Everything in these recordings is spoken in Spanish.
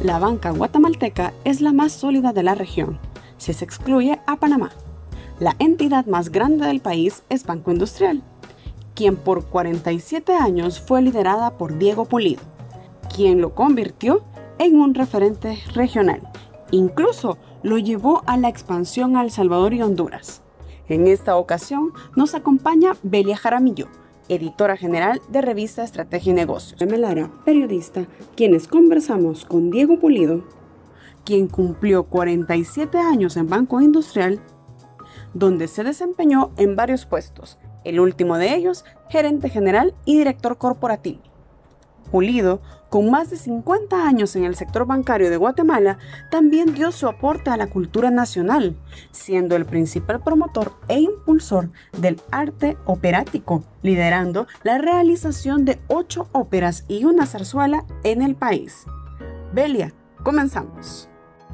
La banca guatemalteca es la más sólida de la región, si se excluye a Panamá. La entidad más grande del país es Banco Industrial, quien por 47 años fue liderada por Diego Pulido, quien lo convirtió en un referente regional. Incluso lo llevó a la expansión a El Salvador y Honduras. En esta ocasión nos acompaña Belia Jaramillo, editora general de revista Estrategia y Negocios. Lara, periodista, quienes conversamos con Diego Pulido, quien cumplió 47 años en Banco Industrial, donde se desempeñó en varios puestos, el último de ellos, gerente general y director corporativo. Pulido, con más de 50 años en el sector bancario de Guatemala, también dio su aporte a la cultura nacional, siendo el principal promotor e impulsor del arte operático, liderando la realización de 8 óperas y una zarzuela en el país. Belia, comenzamos.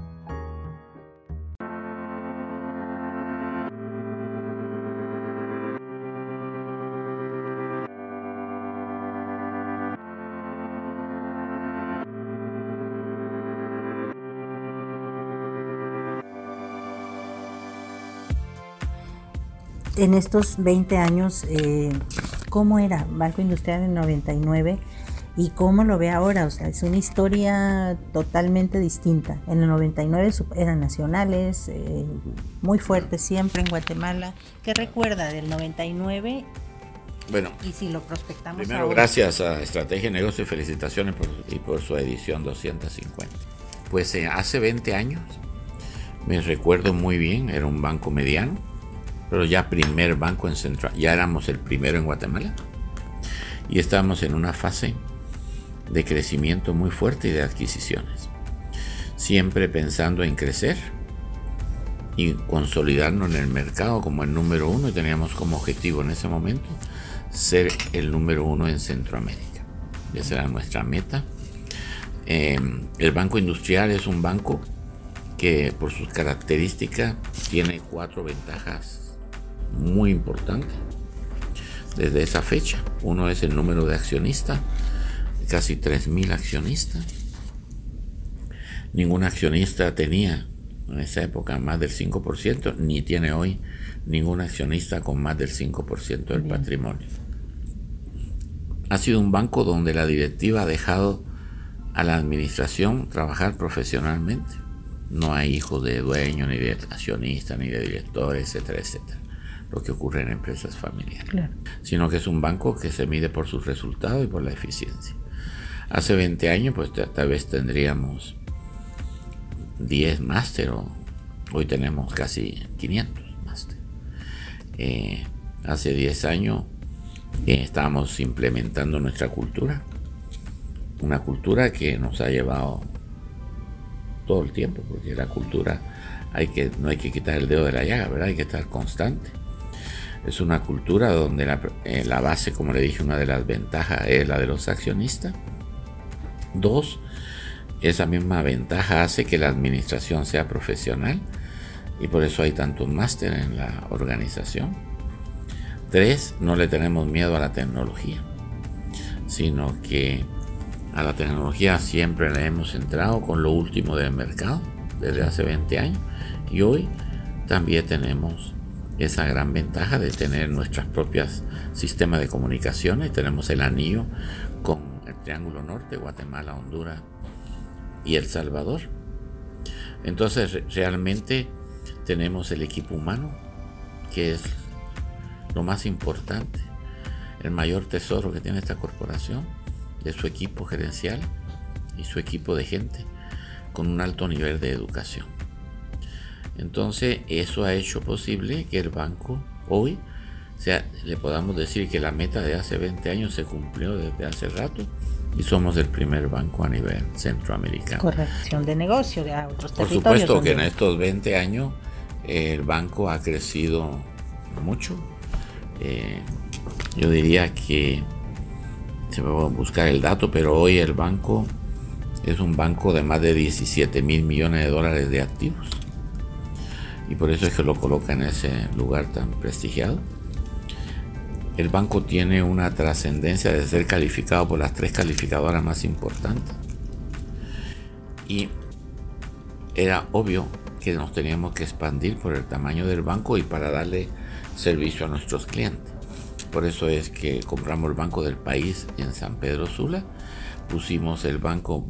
En estos 20 años, ¿cómo era Banco Industrial en el 99 y cómo lo ve ahora? O sea, es una historia totalmente distinta. En el 99 eran nacionales, muy fuertes siempre en Guatemala. ¿Qué recuerda del 99? Bueno, y si lo prospectamos primero ahora. Gracias a Estrategia y Negocios y felicitaciones por su edición 250. Pues hace 20 años, me recuerdo muy bien, era un banco mediano, pero ya primer banco en Central, ya éramos el primero en Guatemala y estábamos en una fase de crecimiento muy fuerte y de adquisiciones, siempre pensando en crecer y consolidarnos en el mercado como el número uno, y teníamos como objetivo en ese momento ser el número uno en Centroamérica. Esa era nuestra meta. El Banco Industrial es un banco que por sus características tiene 4 ventajas muy importante desde esa fecha. Uno es el número de accionistas, casi 3,000 accionistas. Ningún accionista tenía en esa época más del 5%, ni tiene hoy ningún accionista con más del 5% del patrimonio. Ha sido un banco donde la directiva ha dejado a la administración trabajar profesionalmente. No hay hijos de dueños, ni de accionistas, ni de directores, etcétera, etcétera, lo que ocurre en empresas familiares, claro. Sino que es un banco que se mide por sus resultados y por la eficiencia. Hace 20 años pues tal vez tendríamos 10 máster, hoy tenemos casi 500 máster. Hace 10 años estábamos implementando nuestra cultura, una cultura que nos ha llevado todo el tiempo, porque la cultura no hay que quitar el dedo de la llaga, ¿verdad? Hay que estar constante. Es una cultura donde la base, como le dije, una de las ventajas es la de los accionistas. 2, esa misma ventaja hace que la administración sea profesional y por eso hay tantos máster en la organización. 3, no le tenemos miedo a la tecnología, sino que a la tecnología siempre le hemos entrado con lo último del mercado desde hace 20 años y hoy también tenemos esa gran ventaja de tener nuestras propias sistemas de comunicaciones. Tenemos el anillo con el Triángulo Norte, Guatemala, Honduras y El Salvador. Entonces realmente tenemos el equipo humano, que es lo más importante, el mayor tesoro que tiene esta corporación, de su equipo gerencial y su equipo de gente con un alto nivel de educación. Entonces eso ha hecho posible que el banco hoy, le podamos decir que la meta de hace 20 años se cumplió desde hace rato y somos el primer banco a nivel centroamericano. Corrección de negocio de otros Por territorios. Supuesto que en estos 20 años el banco ha crecido mucho. Yo diría que se va a buscar el dato, pero hoy el banco es un banco de más de 17,000 millones de dólares de activos. Y por eso es que lo coloca en ese lugar tan prestigiado. El banco tiene una trascendencia de ser calificado por las 3 calificadoras más importantes. y era obvio que nos teníamos que expandir por el tamaño del banco y para darle servicio a nuestros clientes. Por eso es que compramos el Banco del País en San Pedro Sula, pusimos el banco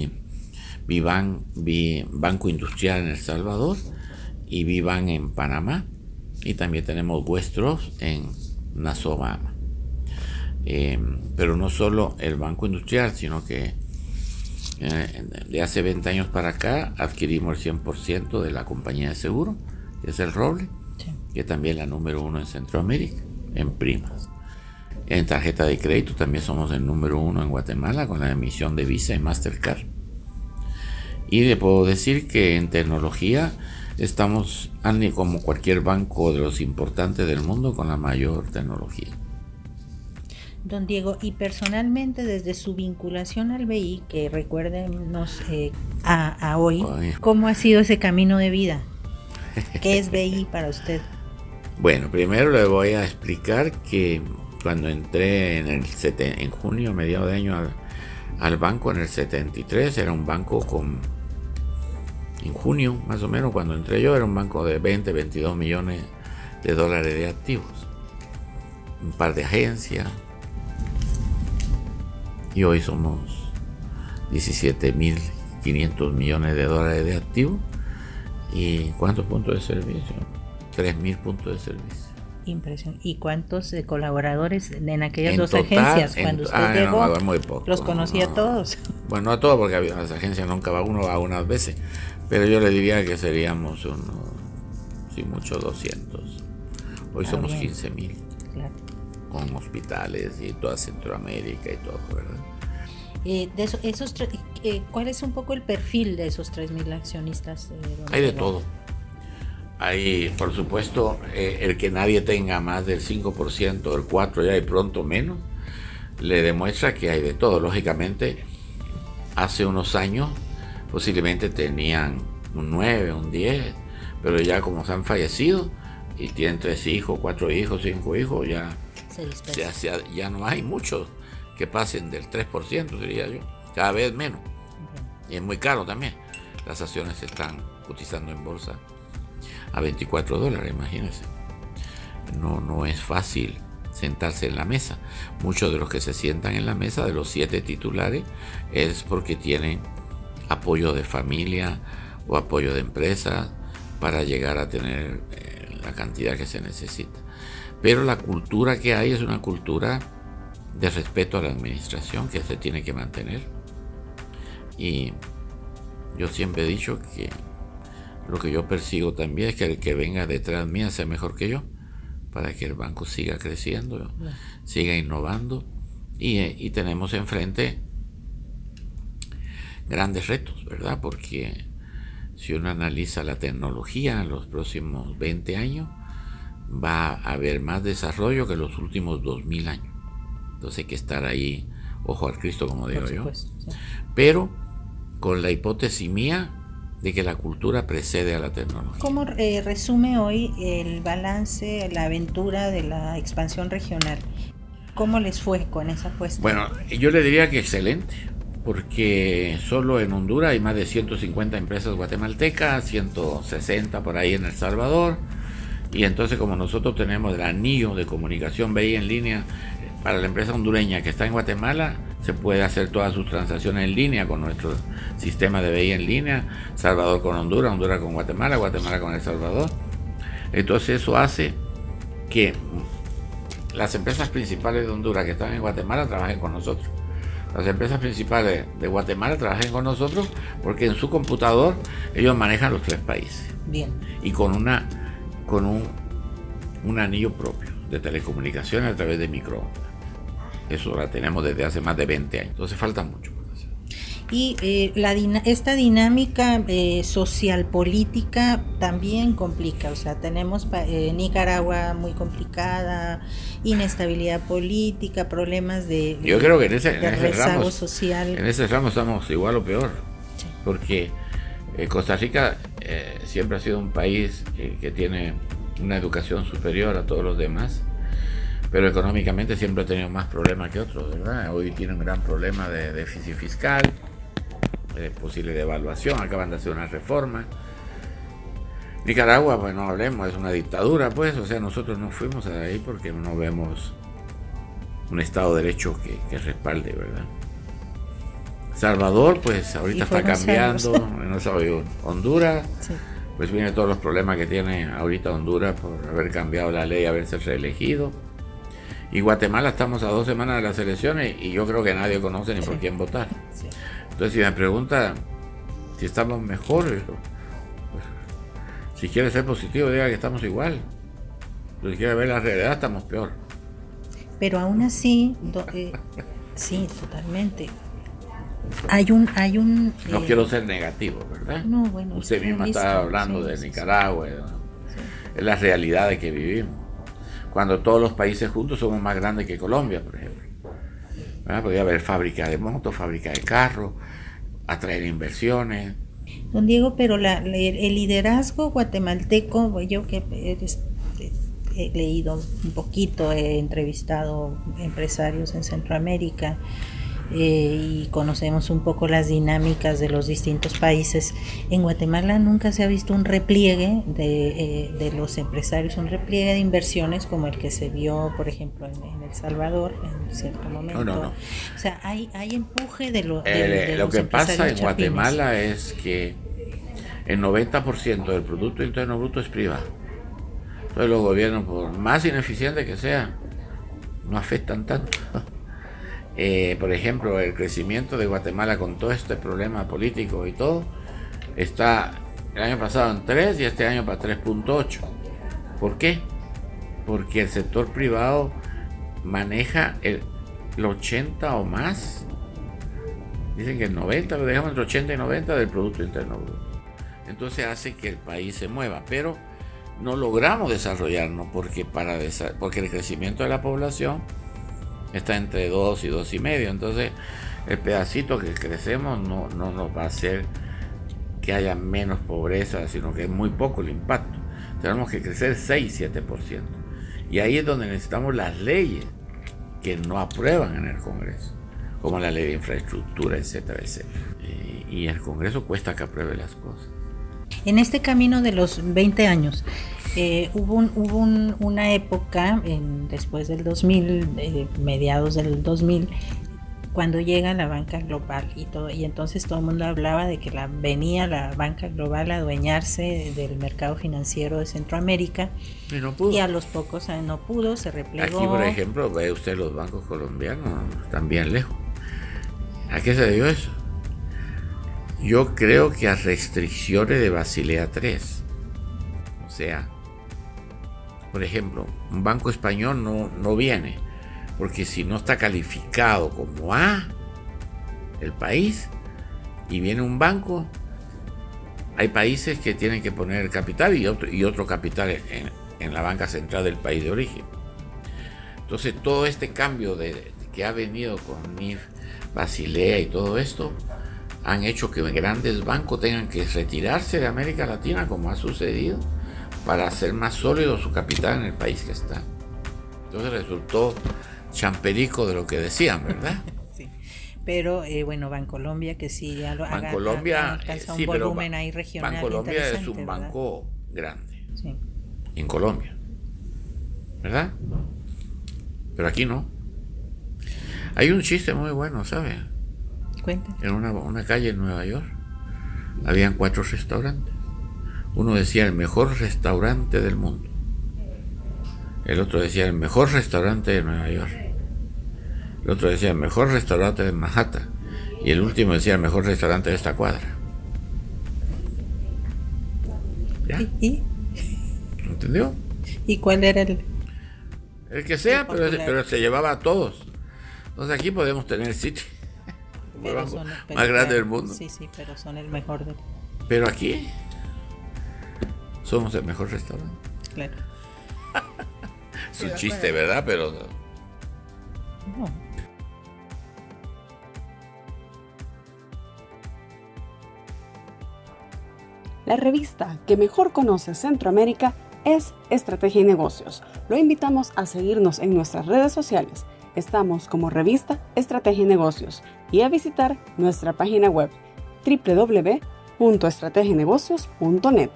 Banco Industrial en El Salvador y Vivan en Panamá, y también tenemos Westroff en Nassau, Bahamas. Pero no solo el Banco Industrial, sino que de hace 20 años para acá adquirimos el 100% de la compañía de seguro, que es el Roble, sí, que también es la número 1 en Centroamérica, en primas. En tarjeta de crédito también somos el número 1 en Guatemala con la emisión de Visa y Mastercard. Y le puedo decir que en tecnología estamos, como cualquier banco de los importantes del mundo, con la mayor tecnología. Don Diego, y personalmente desde su vinculación al BI, que recuérdenos a hoy, ¿cómo ha sido ese camino de vida? ¿Qué es BI para usted? Bueno, primero le voy a explicar que cuando entré en junio, mediados de año al banco en el 73, era un banco en junio más o menos, cuando entré yo, era un banco de 22 millones de dólares de activos, un par de agencias, y hoy somos 17.500 millones de dólares de activos. ¿Y cuántos puntos de servicio? 3.000 puntos de servicio. Impresionante. ¿Y cuántos colaboradores en aquellas dos agencias? Cuando usted llegó, muy poco, los conocía a todos. Bueno, no a todos, porque había las agencias nunca va uno, va unas veces, pero yo le diría que seríamos unos, si mucho, 200. Hoy somos 15.000. Claro. Con hospitales y toda Centroamérica y todo, ¿verdad? ¿Cuál es un poco el perfil de esos 3.000 accionistas? Hay de todo. Hay, por supuesto, el que nadie tenga más del 5%, el 4% ya y pronto menos, le demuestra que hay de todo. Lógicamente, hace unos años posiblemente tenían un 9, un 10, pero ya como se han fallecido y tienen 3 hijos, 4 hijos, 5 hijos, ya no hay muchos que pasen del 3%, diría yo, cada vez menos. Y es muy caro también. Las acciones se están cotizando en bolsa a $24, imagínense. No es fácil sentarse en la mesa. Muchos de los que se sientan en la mesa, de los 7 titulares, es porque tienen apoyo de familia o apoyo de empresas para llegar a tener la cantidad que se necesita. Pero la cultura que hay es una cultura de respeto a la administración que se tiene que mantener. Y yo siempre he dicho que lo que yo persigo también es que el que venga detrás mía sea mejor que yo, para que el banco siga creciendo, siga innovando, y tenemos enfrente grandes retos, ¿verdad? Porque si uno analiza la tecnología en los próximos 20 años, va a haber más desarrollo que los últimos 2000 años. Entonces hay que estar ahí, ojo al Cristo, como digo yo. Sí. Pero con la hipótesis mía de que la cultura precede a la tecnología. ¿Cómo resume hoy el balance, la aventura de la expansión regional? ¿Cómo les fue con esa apuesta? Bueno, yo le diría que excelente, porque solo en Honduras hay más de 150 empresas guatemaltecas, 160 por ahí en El Salvador, y entonces como nosotros tenemos el anillo de comunicación BI en línea para la empresa hondureña que está en Guatemala, se puede hacer todas sus transacciones en línea con nuestro sistema de BI en línea, Salvador con Honduras, Honduras con Guatemala, Guatemala con El Salvador. Entonces eso hace que las empresas principales de Honduras que están en Guatemala trabajen con nosotros. Las empresas principales de Guatemala trabajen con nosotros porque en su computador ellos manejan los 3 países. Bien. Y con un anillo propio de telecomunicaciones a través de microondas. Eso la tenemos desde hace más de 20 años. Entonces falta mucho por hacer. Y esta dinámica social política también complica. O sea, tenemos Nicaragua muy complicada, inestabilidad política, problemas de yo creo que en ese rezago ramo, social. En ese ramo estamos igual o peor. Sí. Porque Costa Rica siempre ha sido un país que tiene una educación superior a todos los demás, pero económicamente siempre ha tenido más problemas que otros, ¿verdad? Hoy tiene un gran problema de déficit fiscal, posible devaluación, acaban de hacer una reforma. Nicaragua, pues no hablemos, es una dictadura, pues, o sea, nosotros no fuimos de ahí porque no vemos un Estado de Derecho que respalde, ¿verdad? Salvador, pues ahorita está cambiando, no sabe, Honduras, sí. Pues viene todos los problemas que tiene ahorita Honduras por haber cambiado la ley, haberse reelegido. Y Guatemala estamos a 2 semanas de las elecciones y yo creo que nadie conoce ni por quién votar. Sí. Entonces si me pregunta si estamos mejor, pues, si quiere ser positivo diga que estamos igual. Si quiere ver la realidad estamos peor. Pero aún así, sí, totalmente. Hay un no quiero ser negativo, ¿verdad? No, bueno. Usted misma estaba hablando de Nicaragua, ¿no? Sí. Es la realidad de que vivimos. Cuando todos los países juntos somos más grandes que Colombia, por ejemplo. ¿Verdad? Podría haber fábrica de motos, fábrica de carros, atraer inversiones. Don Diego, pero el liderazgo guatemalteco, yo que he leído un poquito, he entrevistado empresarios en Centroamérica, y conocemos un poco las dinámicas de los distintos países. En Guatemala nunca se ha visto un repliegue de los empresarios, un repliegue de inversiones como el que se vio, por ejemplo, en El Salvador en cierto momento. No. O sea, hay empuje de lo que pasa en Guatemala es que el 90% del Producto Interno Bruto es privado. Entonces los gobiernos, por más ineficientes que sean, no afectan tanto. Por ejemplo, el crecimiento de Guatemala con todo este problema político y todo, está el año pasado en 3 y este año para 3.8. ¿Por qué? Porque el sector privado maneja el 80 o más, dicen que el 90, pero dejamos entre 80 y 90 del Producto Interno Bruto. Entonces hace que el país se mueva, pero no logramos desarrollarnos porque el crecimiento de la población está entre 2 y 2,5. Entonces el pedacito que crecemos no nos va a hacer que haya menos pobreza, sino que es muy poco el impacto. Tenemos que crecer 6-7%. Y ahí es donde necesitamos las leyes que no aprueban en el Congreso, como la ley de infraestructura, etcétera, etcétera. Y el Congreso cuesta que apruebe las cosas. En este camino de los 20 años, hubo una época, después del 2000, mediados del 2000, cuando llega la banca global y todo, y entonces todo el mundo hablaba de que venía la banca global a adueñarse del mercado financiero de Centroamérica, y no pudo. Y a los pocos no pudo, se replegó. Aquí, por ejemplo, ve usted los bancos colombianos, están bien lejos. ¿A qué se debió eso? Yo creo que a restricciones de Basilea III. O sea, por ejemplo, un banco español no viene, porque si no está calificado como A, el país, y viene un banco, hay países que tienen que poner capital y otro capital en la banca central del país de origen. Entonces todo este cambio que ha venido con NIF, Basilea y todo esto, han hecho que grandes bancos tengan que retirarse de América Latina, como ha sucedido, para hacer más sólido su capital en el país que está. Entonces resultó champerico de lo que decían, ¿verdad? Sí. Pero bueno, Bancolombia, que sí ya lo Bancolombia, alcanza un volumen ahí regional. Bancolombia es un banco grande, sí, en Colombia, ¿verdad? Pero aquí no. Hay un chiste muy bueno, ¿sabes? Cuéntame. En una calle en Nueva York habían 4 restaurantes. Uno decía el mejor restaurante del mundo. El otro decía el mejor restaurante de Nueva York. El otro decía el mejor restaurante de Manhattan. Y el último decía el mejor restaurante de esta cuadra. ¿Ya? ¿Y? ¿Entendió? ¿Y cuál era el que sea, pero se llevaba a todos. Entonces aquí podemos tener sitio más grande del mundo. Sí, pero son el mejor del. Pero aquí somos el mejor restaurante. Claro. Es un chiste, ¿verdad? Pero no. La revista que mejor conoce Centroamérica es Estrategia y Negocios. Lo invitamos a seguirnos en nuestras redes sociales. Estamos como revista Estrategia y Negocios y a visitar nuestra página web www.estrategienegocios.net.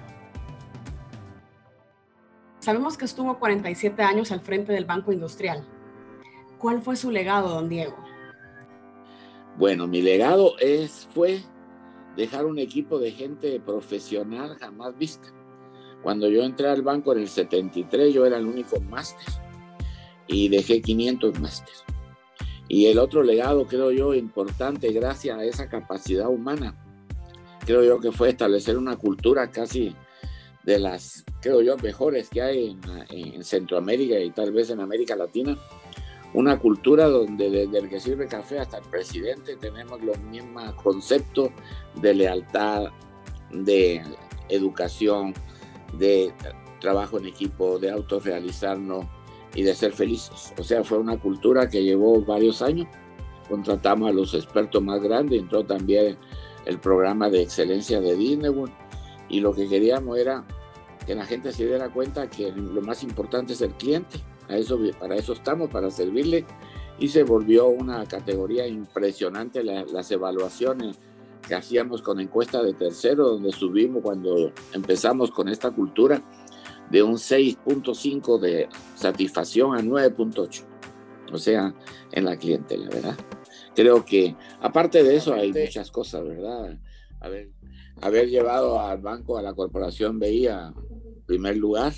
Sabemos que estuvo 47 años al frente del Banco Industrial. ¿Cuál fue su legado, don Diego? Bueno, mi legado fue dejar un equipo de gente profesional jamás vista. Cuando yo entré al banco en el 73, yo era el único máster y dejé 500 másteres. Y el otro legado, creo yo, importante gracias a esa capacidad humana, creo yo que fue establecer una cultura casi de las, creo yo, mejores que hay en Centroamérica y tal vez en América Latina. Una cultura donde desde el que sirve café hasta el presidente tenemos los mismos conceptos de lealtad, de educación, de trabajo en equipo, de autorrealizarnos y de ser felices. O sea, fue una cultura que llevó varios años. Contratamos a los expertos más grandes, entró también el programa de excelencia de Disney, y lo que queríamos era que la gente se diera cuenta que lo más importante es el cliente. Para eso estamos, para servirle, y se volvió una categoría impresionante las evaluaciones que hacíamos con encuesta de tercero, donde subimos cuando empezamos con esta cultura de un 6.5 de satisfacción a 9.8, o sea, en la clientela, ¿verdad? Creo que aparte de eso hay muchas cosas, ¿verdad? Haber llevado al banco, a la corporación BI a primer lugar,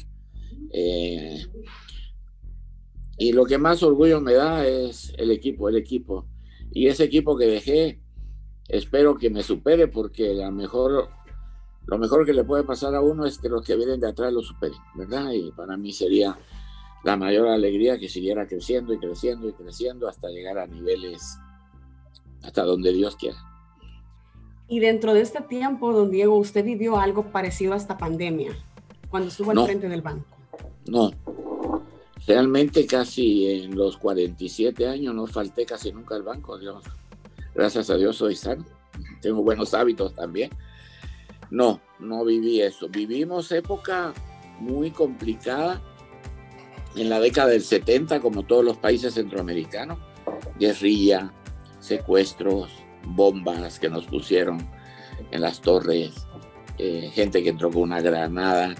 y lo que más orgullo me da es el equipo. Y ese equipo que dejé, espero que me supere, porque lo mejor que le puede pasar a uno es que los que vienen de atrás lo superen, ¿verdad? Y para mí sería la mayor alegría que siguiera creciendo y creciendo y creciendo hasta llegar a niveles, hasta donde Dios quiera. Y dentro de este tiempo, don Diego, ¿usted vivió algo parecido a esta pandemia cuando estuvo al frente del banco? No. Realmente casi en los 47 años no falté casi nunca al banco. Gracias a Dios soy sano. Tengo buenos hábitos también. No viví eso. Vivimos época muy complicada en la década del 70, como todos los países centroamericanos. Guerrilla, secuestros, bombas que nos pusieron en las torres, gente que entró con una granada,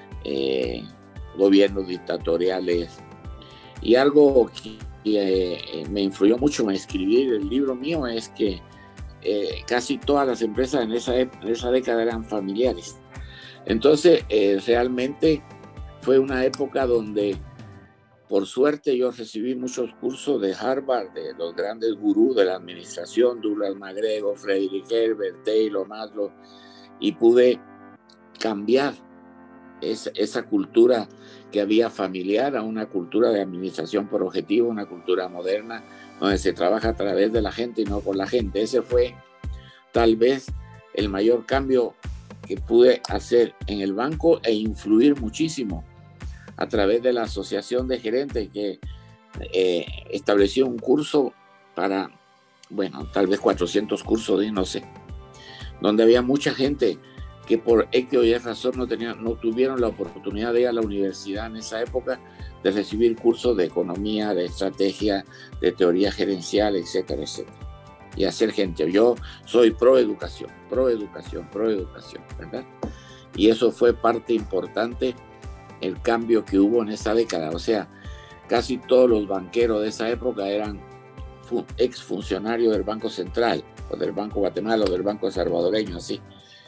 gobiernos dictatoriales, y algo que me influyó mucho en escribir el libro mío es que casi todas las empresas en esa década eran familiares. Entonces realmente fue una época donde, por suerte, yo recibí muchos cursos de Harvard, de los grandes gurús de la administración, Douglas McGregor, Friedrich Herbert, Taylor, Maslow, y pude cambiar esa cultura que había familiar a una cultura de administración por objetivo, una cultura moderna donde se trabaja a través de la gente y no por la gente. Ese fue tal vez el mayor cambio que pude hacer en el banco e influir muchísimo a través de la asociación de gerentes, que estableció un curso para, tal vez 400 cursos, no sé, donde había mucha gente que por X o Y razón no tuvieron la oportunidad de ir a la universidad en esa época, de recibir cursos de economía, de estrategia, de teoría gerencial, etcétera, etcétera. Y hacer gente. Yo soy pro educación, ¿verdad? Y eso fue parte importante, el cambio que hubo en esa década. O sea, casi todos los banqueros de esa época eran exfuncionarios del Banco Central, o del Banco Guatemala, o del Banco Salvadoreño, así.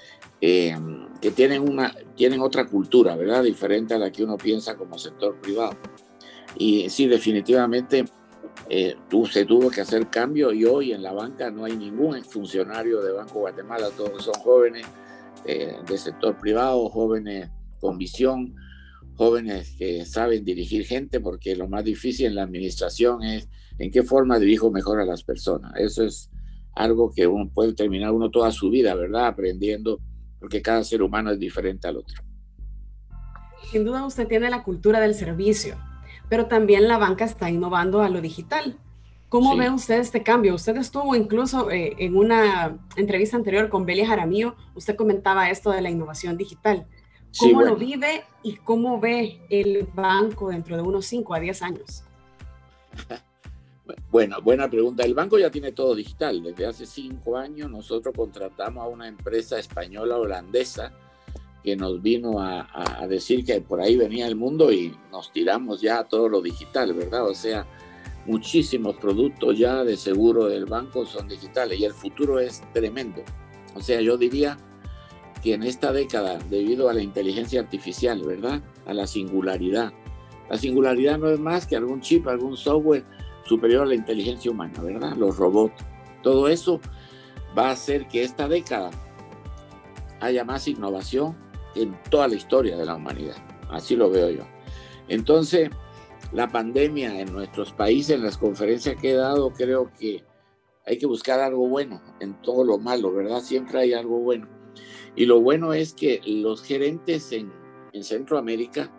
Que tienen otra cultura, ¿verdad? Diferente a la que uno piensa como sector privado. Y sí, definitivamente se tuvo que hacer cambio, y hoy en la banca no hay ningún funcionario de Banco Guatemala, todos son jóvenes del sector privado, jóvenes con visión, jóvenes que saben dirigir gente, porque lo más difícil en la administración es en qué forma dirijo mejor a las personas. Eso es algo que uno puede terminar toda su vida, ¿verdad? Aprendiendo, porque cada ser humano es diferente al otro. Sin duda usted tiene la cultura del servicio, pero también la banca está innovando a lo digital. ¿Cómo ve usted este cambio? Usted estuvo incluso en una entrevista anterior con Belia Jaramillo, usted comentaba esto de la innovación digital. ¿Cómo lo vive y cómo ve el banco dentro de unos 5 a 10 años? Bueno, buena pregunta. El banco ya tiene todo digital. Desde hace 5 años nosotros contratamos a una empresa española holandesa que nos vino a decir que por ahí venía el mundo y nos tiramos ya a todo lo digital, ¿verdad? O sea, muchísimos productos ya de seguro del banco son digitales y el futuro es tremendo. O sea, yo diría que en esta década, debido a la inteligencia artificial, ¿verdad? A la singularidad. La singularidad no es más que algún chip, algún software superior a la inteligencia humana, ¿verdad? Los robots. Todo eso va a hacer que esta década haya más innovación en toda la historia de la humanidad. Así lo veo yo. Entonces, la pandemia en nuestros países, en las conferencias que he dado, creo que hay que buscar algo bueno en todo lo malo, ¿verdad? Siempre hay algo bueno. Y lo bueno es que los gerentes en Centroamérica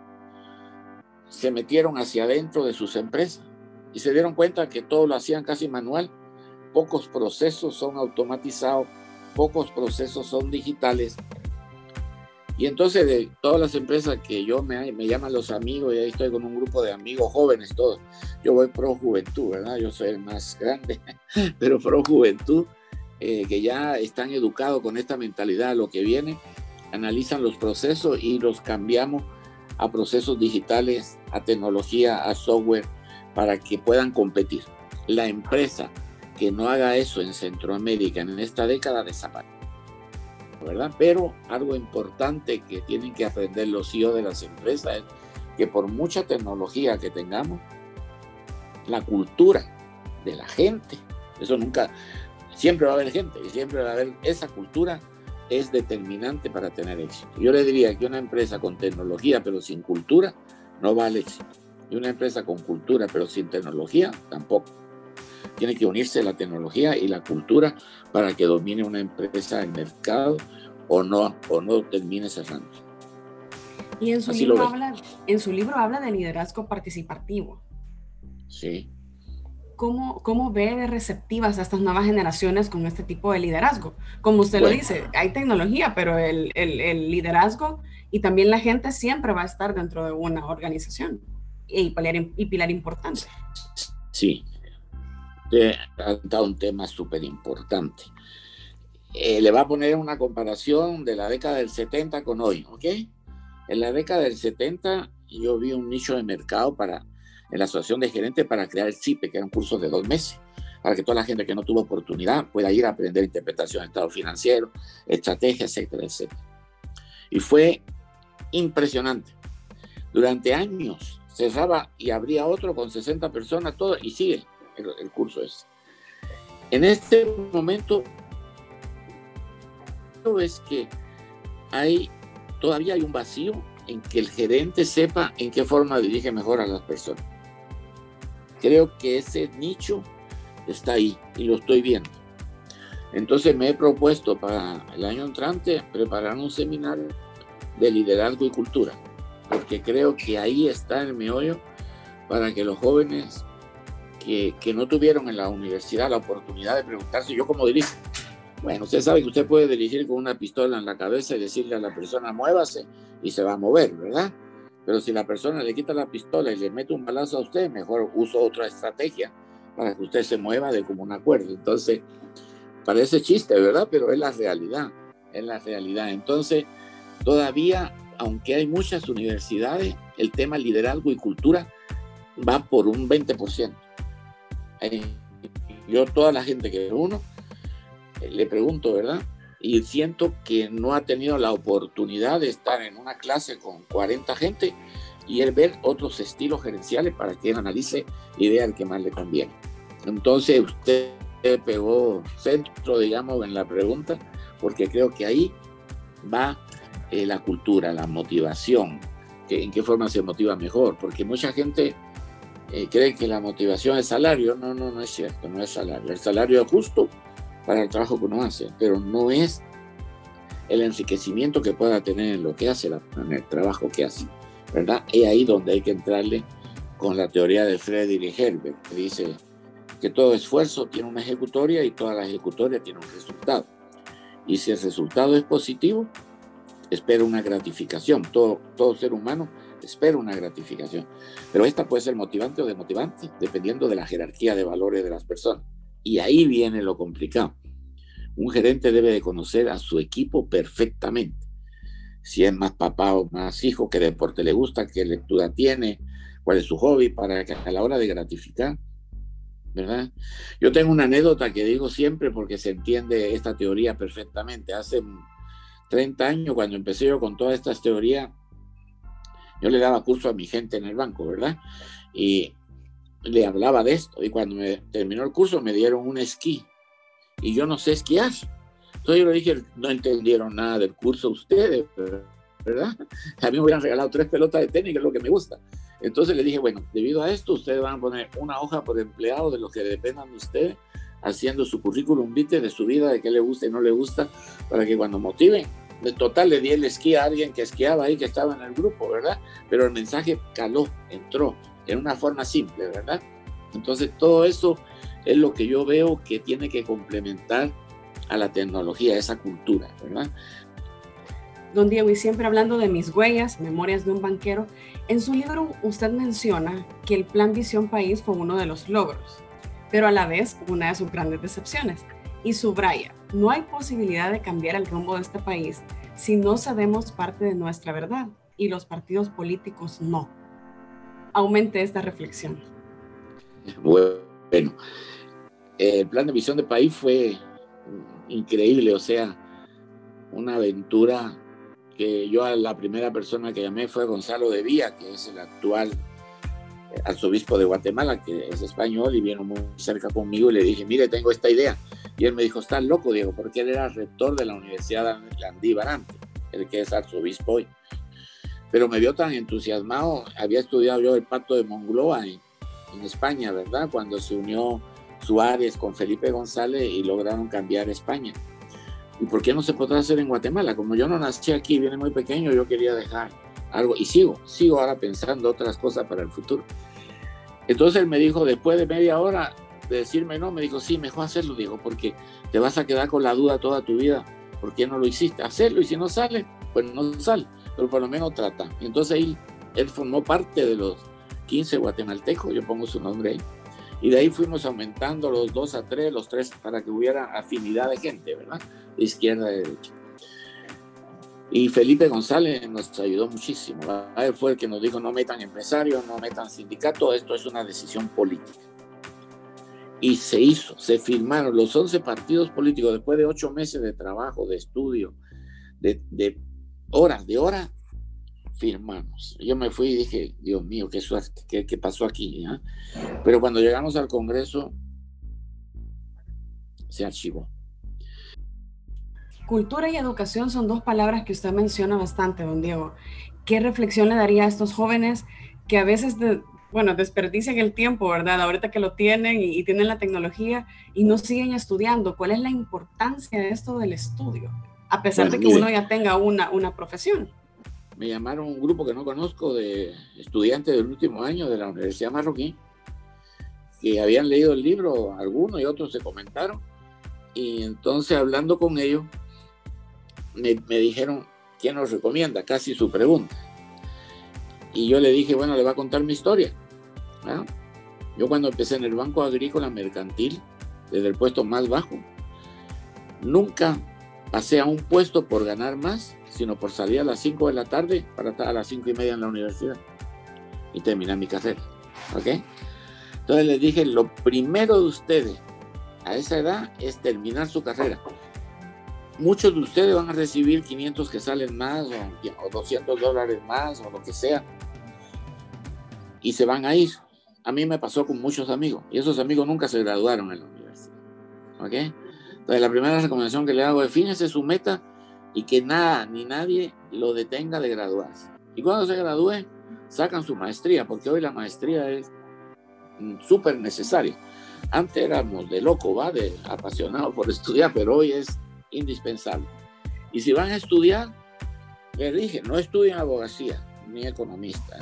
se metieron hacia adentro de sus empresas y se dieron cuenta que todo lo hacían casi manual. Pocos procesos son automatizados, pocos procesos son digitales. Y entonces de todas las empresas que me llaman los amigos, y ahí estoy con un grupo de amigos jóvenes todos. Yo voy pro juventud, ¿verdad? Yo soy el más grande, pero pro juventud, que ya están educados con esta mentalidad, lo que viene, analizan los procesos y los cambiamos a procesos digitales, a tecnología, a software, para que puedan competir. La empresa que no haga eso en Centroamérica en esta década desaparece, ¿verdad? Pero algo importante que tienen que aprender los CEO de las empresas es que por mucha tecnología que tengamos, la cultura de la gente, eso nunca, siempre va a haber gente y siempre va a haber esa cultura, es determinante para tener éxito. Yo le diría que una empresa con tecnología pero sin cultura no va al éxito. Y una empresa con cultura pero sin tecnología tampoco. Tiene que unirse la tecnología y la cultura para que domine una empresa en el mercado o no termine cerrando. Y en su libro habla de liderazgo participativo. Sí. ¿Cómo ve de receptivas a estas nuevas generaciones con este tipo de liderazgo? Como usted lo dice, hay tecnología, pero el liderazgo y también la gente siempre va a estar dentro de una organización y pilar importante. Sí, ha dado un tema súper importante. Le va a poner una comparación de la década del 70 con hoy, ¿ok? En la década del 70 yo vi un nicho de mercado en la asociación de gerentes para crear el CIPE, que era un curso de 2 meses, para que toda la gente que no tuvo oportunidad pueda ir a aprender interpretación de estado financiero, estrategia, etcétera, etcétera. Y fue impresionante. Durante años cerraba y abría otro con 60 personas, todo, y sigue el curso ese. En este momento es que todavía hay un vacío en que el gerente sepa en qué forma dirige mejor a las personas. Creo que ese nicho está ahí y lo estoy viendo. Entonces me he propuesto para el año entrante preparar un seminario de liderazgo y cultura, porque creo que ahí está el meollo para que los jóvenes que no tuvieron en la universidad la oportunidad de preguntarse, ¿yo cómo dirijo? Bueno, usted sabe que usted puede dirigir con una pistola en la cabeza y decirle a la persona muévase y se va a mover, ¿verdad? Pero si la persona le quita la pistola y le mete un balazo a usted, mejor uso otra estrategia para que usted se mueva de común acuerdo. Entonces, parece chiste, ¿verdad? Pero es la realidad, es la realidad. Entonces, todavía, aunque hay muchas universidades, el tema liderazgo y cultura va por un 20%. Yo, toda la gente que uno, le pregunto, ¿verdad? Y siento que no ha tenido la oportunidad de estar en una clase con 40 gente y el ver otros estilos gerenciales para que él analice y vea el que más le conviene. Entonces usted pegó centro, digamos, en la pregunta, porque creo que ahí va la cultura, la motivación, en qué forma se motiva mejor, porque mucha gente cree que la motivación es salario. No es cierto, no es salario. El salario es justo para el trabajo que uno hace, pero no es el enriquecimiento que pueda tener en lo que hace, en el trabajo que hace, ¿verdad? Y ahí donde hay que entrarle con la teoría de Friedrich Herbert, que dice que todo esfuerzo tiene una ejecutoria y toda la ejecutoria tiene un resultado. Y si el resultado es positivo, espera una gratificación. Todo ser humano espero una gratificación. Pero esta puede ser motivante o desmotivante, dependiendo de la jerarquía de valores de las personas. Y ahí viene lo complicado. Un gerente debe de conocer a su equipo perfectamente. Si es más papá o más hijo, qué deporte le gusta, qué lectura tiene, cuál es su hobby, para que a la hora de gratificar, ¿verdad? Yo tengo una anécdota que digo siempre porque se entiende esta teoría perfectamente. Hace 30 años, cuando empecé yo con todas estas teorías, yo le daba curso a mi gente en el banco, ¿verdad? Y le hablaba de esto. Y cuando me terminó el curso, me dieron un esquí. Y yo no sé esquiar. Entonces yo le dije, no entendieron nada del curso ustedes, ¿verdad? A mí me hubieran regalado 3 pelotas de tenis, que es lo que me gusta. Entonces le dije, bueno, debido a esto, ustedes van a poner una hoja por empleado de lo que dependan de ustedes, haciendo su currículum vitae de su vida, de qué le gusta y no le gusta, para que cuando motiven. De total, le di el esquí a alguien que esquiaba ahí, que estaba en el grupo, ¿verdad? Pero el mensaje caló, entró, en una forma simple, ¿verdad? Entonces, todo eso es lo que yo veo que tiene que complementar a la tecnología, esa cultura, ¿verdad? Don Diego, y siempre hablando de mis huellas, Memorias de un banquero, en su libro usted menciona que el Plan Visión País fue uno de los logros, pero a la vez una de sus grandes decepciones. Y subraya, no hay posibilidad de cambiar el rumbo de este país si no cedemos parte de nuestra verdad, y los partidos políticos no. Aumente esta reflexión. Bueno, el Plan de Visión de País fue increíble, o sea, una aventura que yo a la primera persona que llamé fue Gonzalo de Vía, que es el actual arzobispo de Guatemala, que es español, y vino muy cerca conmigo y le dije, mire, tengo esta idea. Y él me dijo, estás loco, Diego, porque él era rector de la Universidad Landívar antes, el que es arzobispo hoy. Pero me vio tan entusiasmado, había estudiado yo el Pacto de Moncloa en España, ¿verdad? Cuando se unió Suárez con Felipe González y lograron cambiar España. ¿Y por qué no se podrá hacer en Guatemala? Como yo no nací aquí, vine muy pequeño, yo quería dejar algo, y sigo ahora pensando otras cosas para el futuro. Entonces él me dijo, después de media hora de decirme no, me dijo, sí, mejor hacerlo, dijo, porque te vas a quedar con la duda toda tu vida, ¿por qué no lo hiciste? Hacerlo, y si no sale, pues no sale, pero por lo menos trata. Entonces él formó parte de los 15 guatemaltecos, yo pongo su nombre ahí, y de ahí fuimos aumentando los 2 a 3, los 3, para que hubiera afinidad de gente, ¿verdad? De izquierda a derecha. Y Felipe González nos ayudó muchísimo. Él fue el que nos dijo, no metan empresarios, no metan sindicatos, esto es una decisión política. Y se hizo, se firmaron los 11 partidos políticos después de 8 meses de trabajo, de estudio, de horas, firmamos. Yo me fui y dije, Dios mío, qué suerte, qué pasó aquí, ¿eh? Pero cuando llegamos al Congreso, se archivó. Cultura y educación son 2 palabras que usted menciona bastante, don Diego. ¿Qué reflexión le daría a estos jóvenes que a veces, desperdician el tiempo, ¿verdad? Ahorita que lo tienen y tienen la tecnología y no siguen estudiando. ¿Cuál es la importancia de esto del estudio? A pesar de que uno ya tenga una profesión. Me llamaron un grupo que no conozco de estudiantes del último año de la Universidad Marroquí, que habían leído el libro, algunos y otros se comentaron, y entonces hablando con ellos, me dijeron, ¿quién nos recomienda? Casi su pregunta. Y yo le dije, bueno, le voy a contar mi historia, ¿no? Yo cuando empecé en el Banco Agrícola Mercantil, desde el puesto más bajo, nunca pasé a un puesto por ganar más, sino por salir a las 5 de la tarde para estar a las 5:30 en la universidad y terminar mi carrera, ¿ok? Entonces les dije, lo primero de ustedes a esa edad es terminar su carrera. Muchos de ustedes van a recibir 500 que salen más o $200 más o lo que sea y se van a ir. A mí me pasó con muchos amigos y esos amigos nunca se graduaron en la universidad, ¿ok? Entonces la primera recomendación que le hago es fíjense su meta y que nada ni nadie lo detenga de graduarse. Y cuando se gradúe, sacan su maestría, porque hoy la maestría es súper necesaria. Antes éramos de loco, de apasionados por estudiar, pero hoy es indispensable. Y si van a estudiar, les dije, no estudien abogacía ni economista,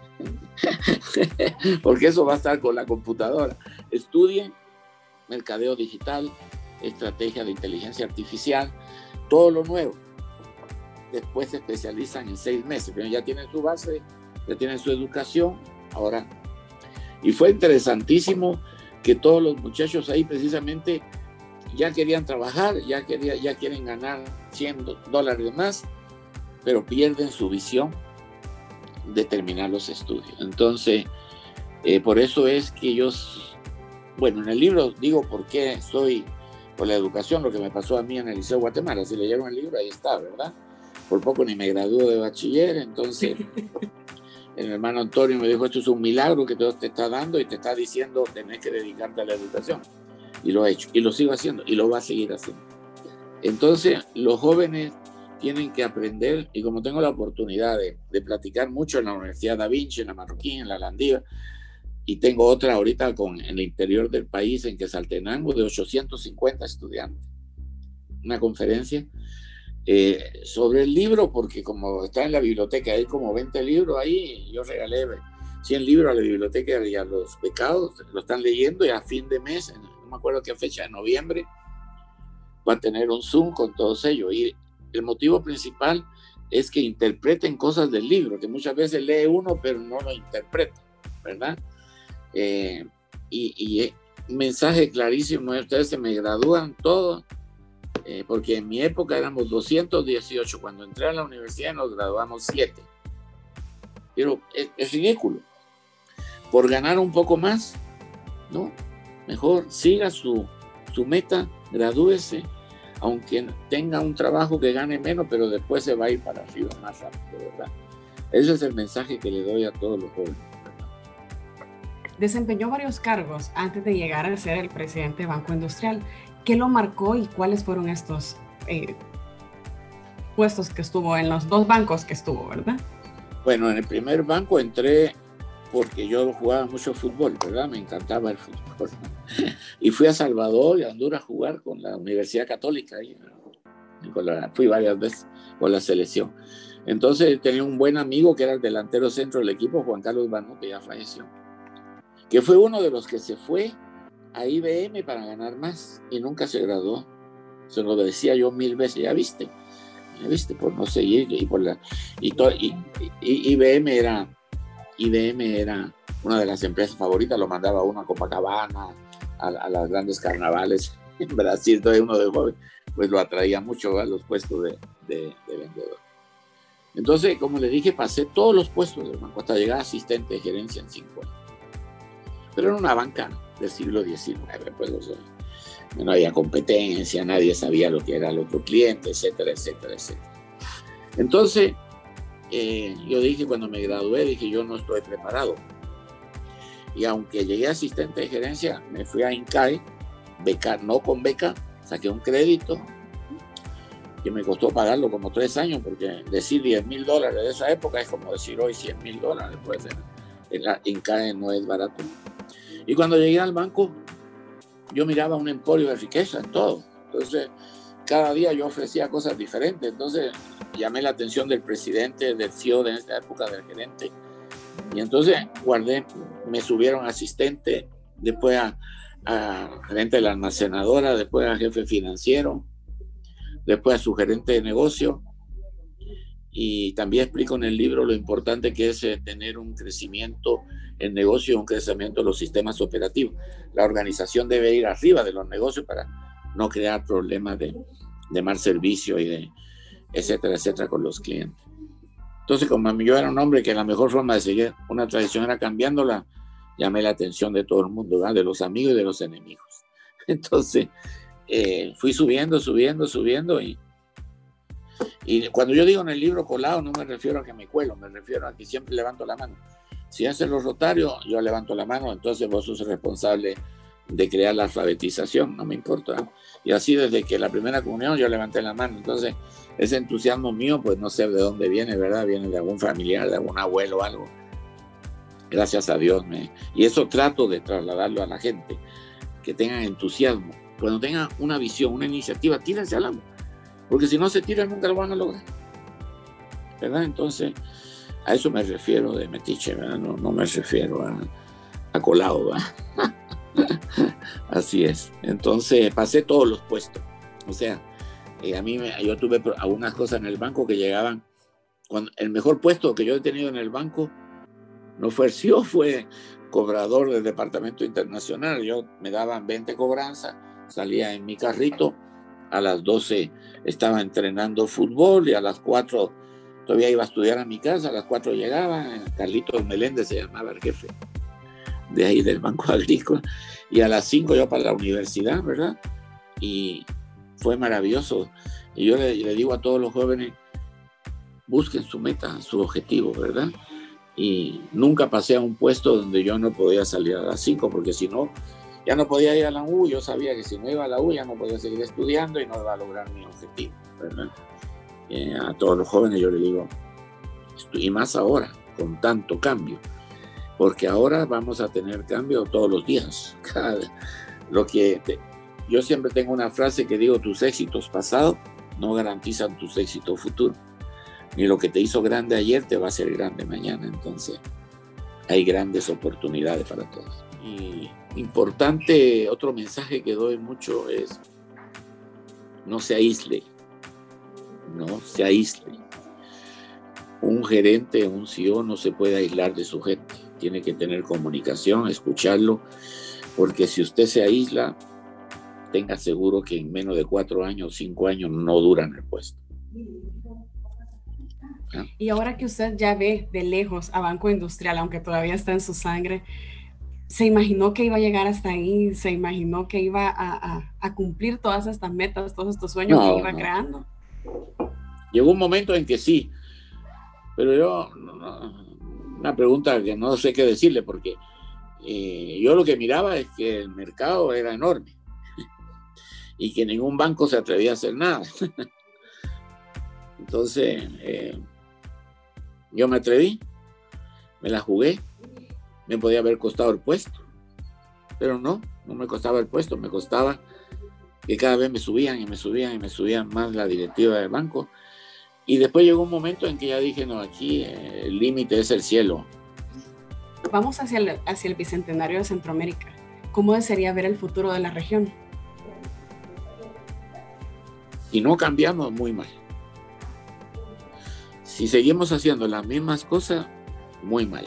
porque eso va a estar con la computadora. Estudien mercadeo digital, estrategia de inteligencia artificial, todo lo nuevo. Después se especializan en 6 meses, pero ya tienen su base ya tienen su educación, ahora. Y fue interesantísimo que todos los muchachos ahí precisamente ya querían trabajar, ya quieren ganar $100 más, pero pierden su visión de terminar los estudios. Entonces, por eso es que bueno, en el libro digo por qué estoy por la educación, lo que me pasó a mí en el Liceo de Guatemala. Si leyeron el libro, ahí está, ¿verdad? Por poco ni me graduó de bachiller, entonces el hermano Antonio me dijo, esto es un milagro que Dios te está dando y te está diciendo, tenés que dedicarte a la educación. Y lo he hecho, y lo sigo haciendo, y lo va a seguir haciendo. Entonces, los jóvenes tienen que aprender, y como tengo la oportunidad de platicar mucho en la Universidad Da Vinci, en la Marroquín, en la Landívar, y tengo otra ahorita en el interior del país, en Quetzaltenango, de 850 estudiantes. Una conferencia sobre el libro, porque como está en la biblioteca, hay como 20 libros ahí, yo regalé 100 libros a la biblioteca y a los becados, lo están leyendo, y a fin de mes, no me acuerdo qué fecha, de noviembre, va a tener un Zoom con todos ellos. Y el motivo principal es que interpreten cosas del libro, que muchas veces lee uno, pero no lo interpreta, ¿verdad? Y un mensaje clarísimo, ustedes se me gradúan todos, porque en mi época éramos 218, cuando entré a la universidad nos graduamos 7. Pero es ridículo. Por ganar un poco más, ¿no? Mejor siga su meta, gradúese, aunque tenga un trabajo que gane menos, pero después se va a ir para arriba más rápido, ¿verdad? Ese es el mensaje que le doy a todos los jóvenes. Desempeñó varios cargos antes de llegar a ser el presidente de Banco Industrial. ¿Qué lo marcó y cuáles fueron estos puestos que estuvo en los 2 bancos que estuvo, verdad? Bueno, en el primer banco entré porque yo jugaba mucho fútbol, ¿verdad? Me encantaba el fútbol. Y fui a Salvador y a Honduras a jugar con la Universidad Católica. Fui varias veces con la selección. Entonces tenía un buen amigo que era el delantero centro del equipo, Juan Carlos Banú, que ya falleció, que fue uno de los que se fue a IBM para ganar más y nunca se graduó. Se lo decía yo 1000 veces, ya viste, por no seguir. IBM era una de las empresas favoritas, lo mandaba uno a Copacabana, a las grandes carnavales en Brasil. Entonces uno de joven pues lo atraía mucho a los puestos de vendedor. Entonces, como les dije, pasé todos los puestos del banco hasta llegar a asistente de gerencia en 5 años. Pero era una banca del siglo XIX, pues no había competencia, nadie sabía lo que era el otro cliente, etcétera, etcétera, etcétera. Entonces, yo dije, cuando me gradué, dije, yo no estoy preparado. Y aunque llegué a asistente de gerencia, me fui a INCAE, no con beca, saqué un crédito que me costó pagarlo como 3 años, porque decir $10,000 de esa época es como decir hoy $100,000, pues en la INCAE no es barato. Y cuando llegué al banco, yo miraba un emporio de riqueza en todo. Entonces, cada día yo ofrecía cosas diferentes. Entonces, llamé la atención del presidente, del CEO de esta época, del gerente. Y entonces me subieron a asistente, después a gerente de la almacenadora, después a jefe financiero, después a su gerente de negocio. Y también explico en el libro lo importante que es tener un crecimiento en negocio y un crecimiento de los sistemas operativos. La organización debe ir arriba de los negocios para no crear problemas de mal servicio y de etcétera, etcétera con los clientes. Entonces, como yo era un hombre que la mejor forma de seguir una tradición era cambiándola, llamé la atención de todo el mundo, ¿verdad? De los amigos y de los enemigos. Entonces, fui subiendo y cuando yo digo en el libro colado, no me refiero a que me cuelo, me refiero a que siempre levanto la mano. Si hacen los rotarios, yo levanto la mano, entonces vos sos responsable de crear la alfabetización, no me importa. Y así desde que la primera comunión yo levanté la mano. Entonces ese entusiasmo mío, pues no sé de dónde viene, ¿verdad? Viene de algún familiar, de algún abuelo o algo. Gracias a Dios. Y eso trato de trasladarlo a la gente, que tengan entusiasmo. Cuando tengan una visión, una iniciativa, tírense al agua. Porque si no se tiran, nunca lo van a lograr, ¿verdad? Entonces, a eso me refiero de metiche, ¿verdad? No me refiero a colado, ¿verdad? Así es. Entonces, pasé todos los puestos. O sea, yo tuve algunas cosas en el banco que llegaban. El mejor puesto que yo he tenido en el banco no fue CEO, fue cobrador del departamento internacional. Yo me daban 20 cobranzas, salía en mi carrito, a las 12 estaba entrenando fútbol y a las 4 todavía iba a estudiar a mi casa, a las 4 llegaba, Carlitos Meléndez se llamaba el jefe de ahí del Banco Agrícola, y a las 5 yo para la universidad, ¿verdad? Y fue maravilloso. Y yo le digo a todos los jóvenes, busquen su meta, su objetivo, ¿verdad? Y nunca pasé a un puesto donde yo no podía salir a las 5, porque si no, ya no podía ir a la U. Yo sabía que si no iba a la U ya no podía seguir estudiando y no iba a lograr mi objetivo, ¿verdad? A todos los jóvenes yo les digo, y más ahora, con tanto cambio, porque ahora vamos a tener cambio todos los días. Yo siempre tengo una frase que digo, tus éxitos pasados no garantizan tus éxitos futuros. Ni lo que te hizo grande ayer te va a hacer grande mañana. Entonces, hay grandes oportunidades para todos. Y importante, otro mensaje que doy mucho es, no se aísle. No se aísle. Un gerente, un CEO no se puede aislar de su gente. Tiene que tener comunicación, escucharlo, porque si usted se aísla, tenga seguro que en menos de 4 años, 5 años no duran el puesto. Y ahora que usted ya ve de lejos a Banco Industrial, aunque todavía está en su sangre, ¿se imaginó que iba a llegar hasta ahí? ¿Se imaginó que iba a cumplir todas estas metas, todos estos sueños que iba creando? Llegó un momento en que sí, pero yo, una pregunta que no sé qué decirle, porque yo lo que miraba es que el mercado era enorme y que ningún banco se atrevía a hacer nada. Entonces, yo me atreví, me la jugué, me podía haber costado el puesto, pero no me costaba el puesto, me costaba que cada vez me subían más la directiva del banco. Y después llegó un momento en que ya dije, no, aquí el límite es el cielo. Vamos hacia el Bicentenario de Centroamérica. ¿Cómo desearía ver el futuro de la región? Si no cambiamos, muy mal. Si seguimos haciendo las mismas cosas, muy mal.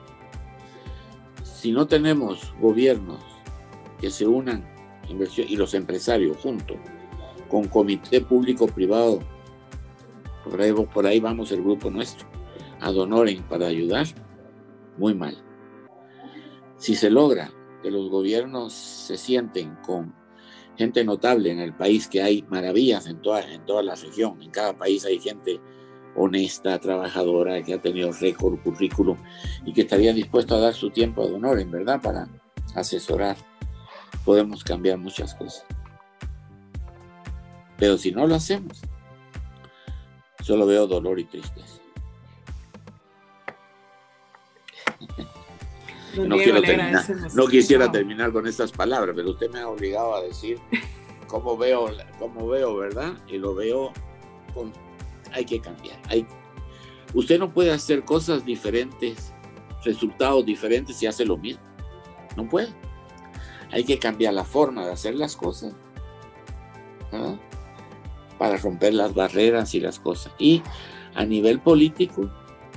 Si no tenemos gobiernos que se unan, inversión y los empresarios juntos, con comité público-privado, por ahí vamos el grupo nuestro, ad honorem para ayudar, muy mal. Si se logra que los gobiernos se sienten con gente notable en el país, que hay maravillas en toda la región, en cada país hay gente honesta, trabajadora, que ha tenido récord currículum y que estaría dispuesto a dar su tiempo ad honorem, ¿verdad?, para asesorar, podemos cambiar muchas cosas. Pero si no lo hacemos, solo veo dolor y tristeza. No quisiera terminar con estas palabras, pero usted me ha obligado a decir cómo veo, ¿verdad? Y lo veo hay que cambiar. Usted no puede hacer cosas diferentes, resultados diferentes si hace lo mismo. No puede. Hay que cambiar la forma de hacer las cosas, ¿verdad?, para romper las barreras y las cosas. Y a nivel político,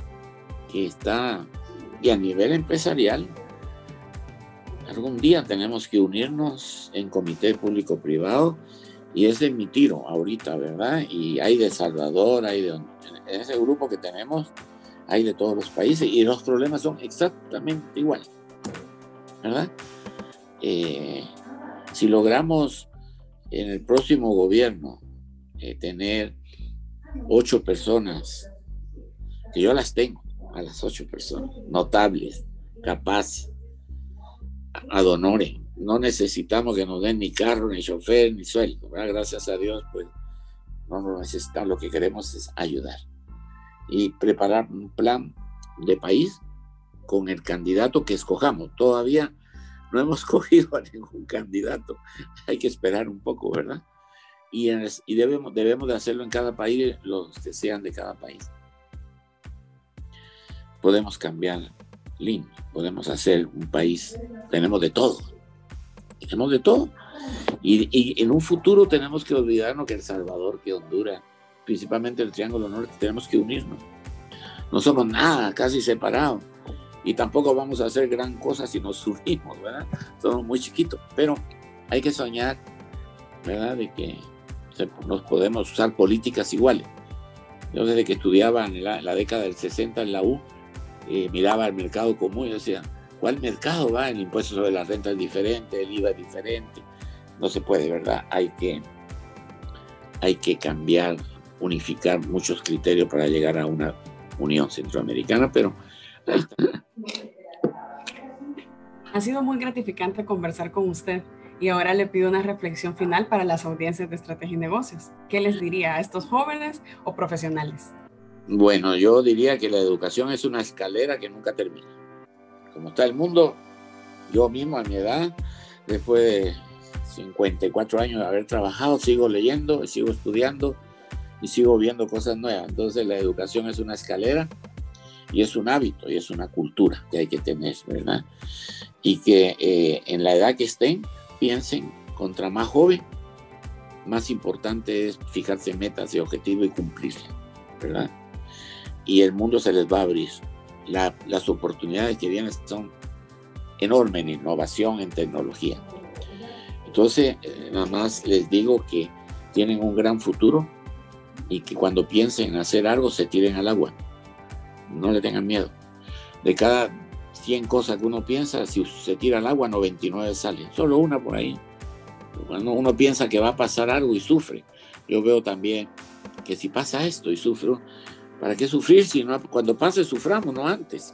y a nivel empresarial, algún día tenemos que unirnos en comité público-privado, y ese es mi tiro ahorita, ¿verdad? Y hay de Salvador, en ese grupo que tenemos, hay de todos los países, y los problemas son exactamente iguales, ¿verdad? Si logramos en el próximo gobierno tener 8 personas, que yo las tengo, a las 8 personas, notables, capaces, ad honorem, no necesitamos que nos den ni carro, ni chofer, ni sueldo, ¿verdad? Gracias a Dios, pues no lo necesitamos, lo que queremos es ayudar y preparar un plan de país con el candidato que escojamos. Todavía no hemos cogido a ningún candidato, hay que esperar un poco, ¿verdad? Y debemos de hacerlo en cada país, los que sean de cada país. Podemos cambiar lindo, podemos hacer un país, tenemos de todo, y en un futuro tenemos que olvidarnos que El Salvador, que Honduras, principalmente el Triángulo Norte, tenemos que unirnos. No somos nada, casi separados, y tampoco vamos a hacer gran cosa si nos surgimos, ¿verdad? Somos muy chiquitos, pero hay que soñar, ¿verdad? De que nos podemos usar políticas iguales. Yo desde que estudiaba en la década del 60 en la U, miraba el mercado común y decía, ¿cuál mercado va? El impuesto sobre la renta es diferente, el IVA es diferente. No se puede, ¿verdad? Hay que cambiar, unificar muchos criterios para llegar a una unión centroamericana, pero ahí está. Ha sido muy gratificante conversar con usted y ahora le pido una reflexión final para las audiencias de Estrategia y Negocios. ¿Qué les diría a estos jóvenes o profesionales? Bueno, yo diría que la educación es una escalera que nunca termina. Como está el mundo, yo mismo a mi edad, después de 54 años de haber trabajado, sigo leyendo, sigo estudiando y sigo viendo cosas nuevas. Entonces la educación es una escalera y es un hábito y es una cultura que hay que tener, ¿verdad? Y que en la edad que estén, piensen, contra más joven, más importante es fijarse metas y objetivos y cumplirlas, ¿verdad? Y el mundo se les va a abrir. Las oportunidades que vienen son enormes en innovación, en tecnología. Entonces, nada más les digo que tienen un gran futuro y que cuando piensen en hacer algo se tiren al agua. No le tengan miedo. De cada 100 cosas que uno piensa, si se tira al agua, 99 salen. Solo una por ahí. Cuando uno piensa que va a pasar algo y sufre. Yo veo también que si pasa esto y sufro, ¿para qué sufrir si no, cuando pase suframos, no antes?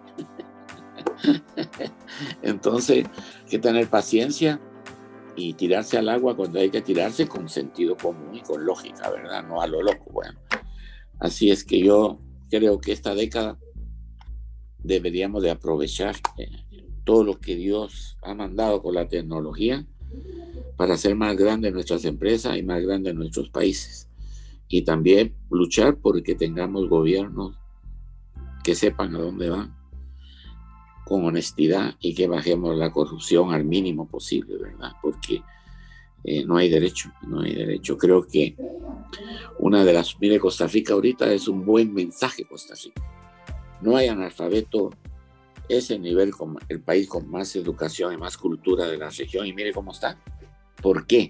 Entonces, hay que tener paciencia y tirarse al agua cuando hay que tirarse con sentido común y con lógica, ¿verdad? No a lo loco. Bueno, así es que yo creo que esta década deberíamos de aprovechar todo lo que Dios ha mandado con la tecnología para hacer más grandes nuestras empresas y más grandes nuestros países. Y también luchar porque tengamos gobiernos que sepan a dónde van con honestidad y que bajemos la corrupción al mínimo posible, ¿verdad? Porque no hay derecho. Creo que mire, Costa Rica ahorita es un buen mensaje, Costa Rica. No hay analfabeto, es el país con más educación y más cultura de la región, y mire cómo está. ¿Por qué?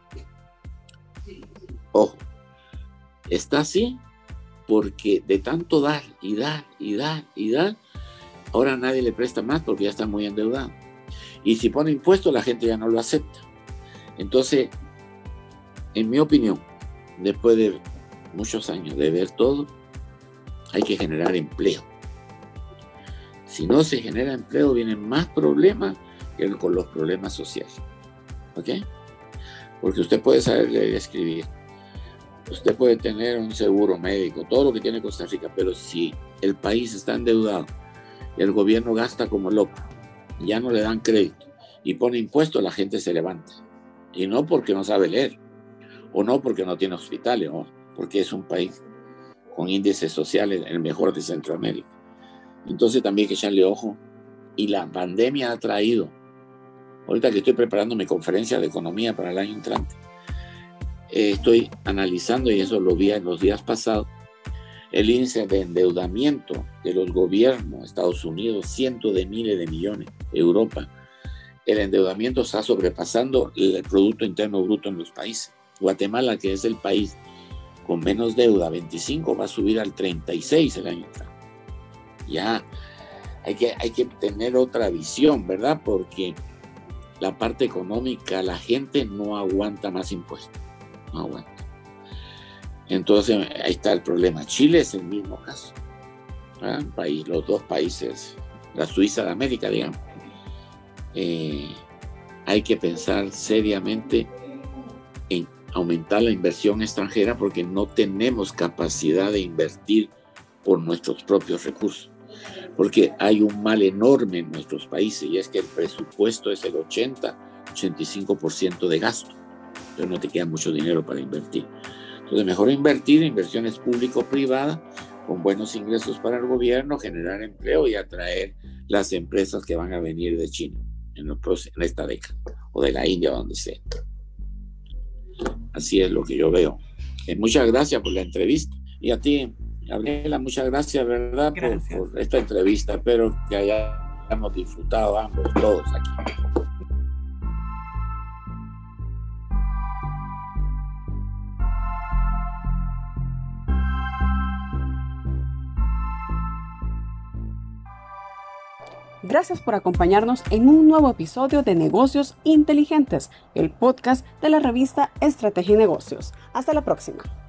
Ojo, está así porque de tanto dar y dar y dar y dar, ahora nadie le presta más porque ya está muy endeudado. Y si pone impuestos, la gente ya no lo acepta. Entonces, en mi opinión, después de muchos años de ver todo, hay que generar empleo. Si no se genera empleo, vienen más problemas que con los problemas sociales. ¿Ok? Porque usted puede saber leer y escribir. Usted puede tener un seguro médico, todo lo que tiene Costa Rica, pero si el país está endeudado y el gobierno gasta como loco, ya no le dan crédito y pone impuestos, la gente se levanta. Y no porque no sabe leer, o no porque no tiene hospitales, o porque es un país con índices sociales el mejor de Centroamérica. Entonces también hay que echarle ojo. Y la pandemia ha traído, ahorita que estoy preparando mi conferencia de economía para el año entrante, estoy analizando, y eso lo vi en los días pasados, el índice de endeudamiento de los gobiernos, Estados Unidos, cientos de miles de millones, Europa. El endeudamiento está sobrepasando el Producto Interno Bruto en los países. Guatemala, que es el país con menos deuda, 25, va a subir al 36 el año entrante. Ya hay que tener otra visión, ¿verdad? Porque la parte económica, la gente no aguanta más impuestos. No aguanta. Entonces, ahí está el problema. Chile es el mismo caso. Los dos países, la Suiza de América, digamos. Hay que pensar seriamente en aumentar la inversión extranjera porque no tenemos capacidad de invertir por nuestros propios recursos. Porque hay un mal enorme en nuestros países y es que el presupuesto es el 80-85% de gasto. Entonces no te queda mucho dinero para invertir. Entonces mejor invertir en inversiones público-privadas con buenos ingresos para el gobierno, generar empleo y atraer las empresas que van a venir de China en esta década o de la India, donde sea. Así es lo que yo veo. Muchas gracias por la entrevista. Y a ti, Gabriela, muchas gracias, ¿verdad? Gracias. Por esta entrevista. Espero que hayamos disfrutado ambos, todos aquí. Gracias por acompañarnos en un nuevo episodio de Negocios Inteligentes, el podcast de la revista Estrategia y Negocios. Hasta la próxima.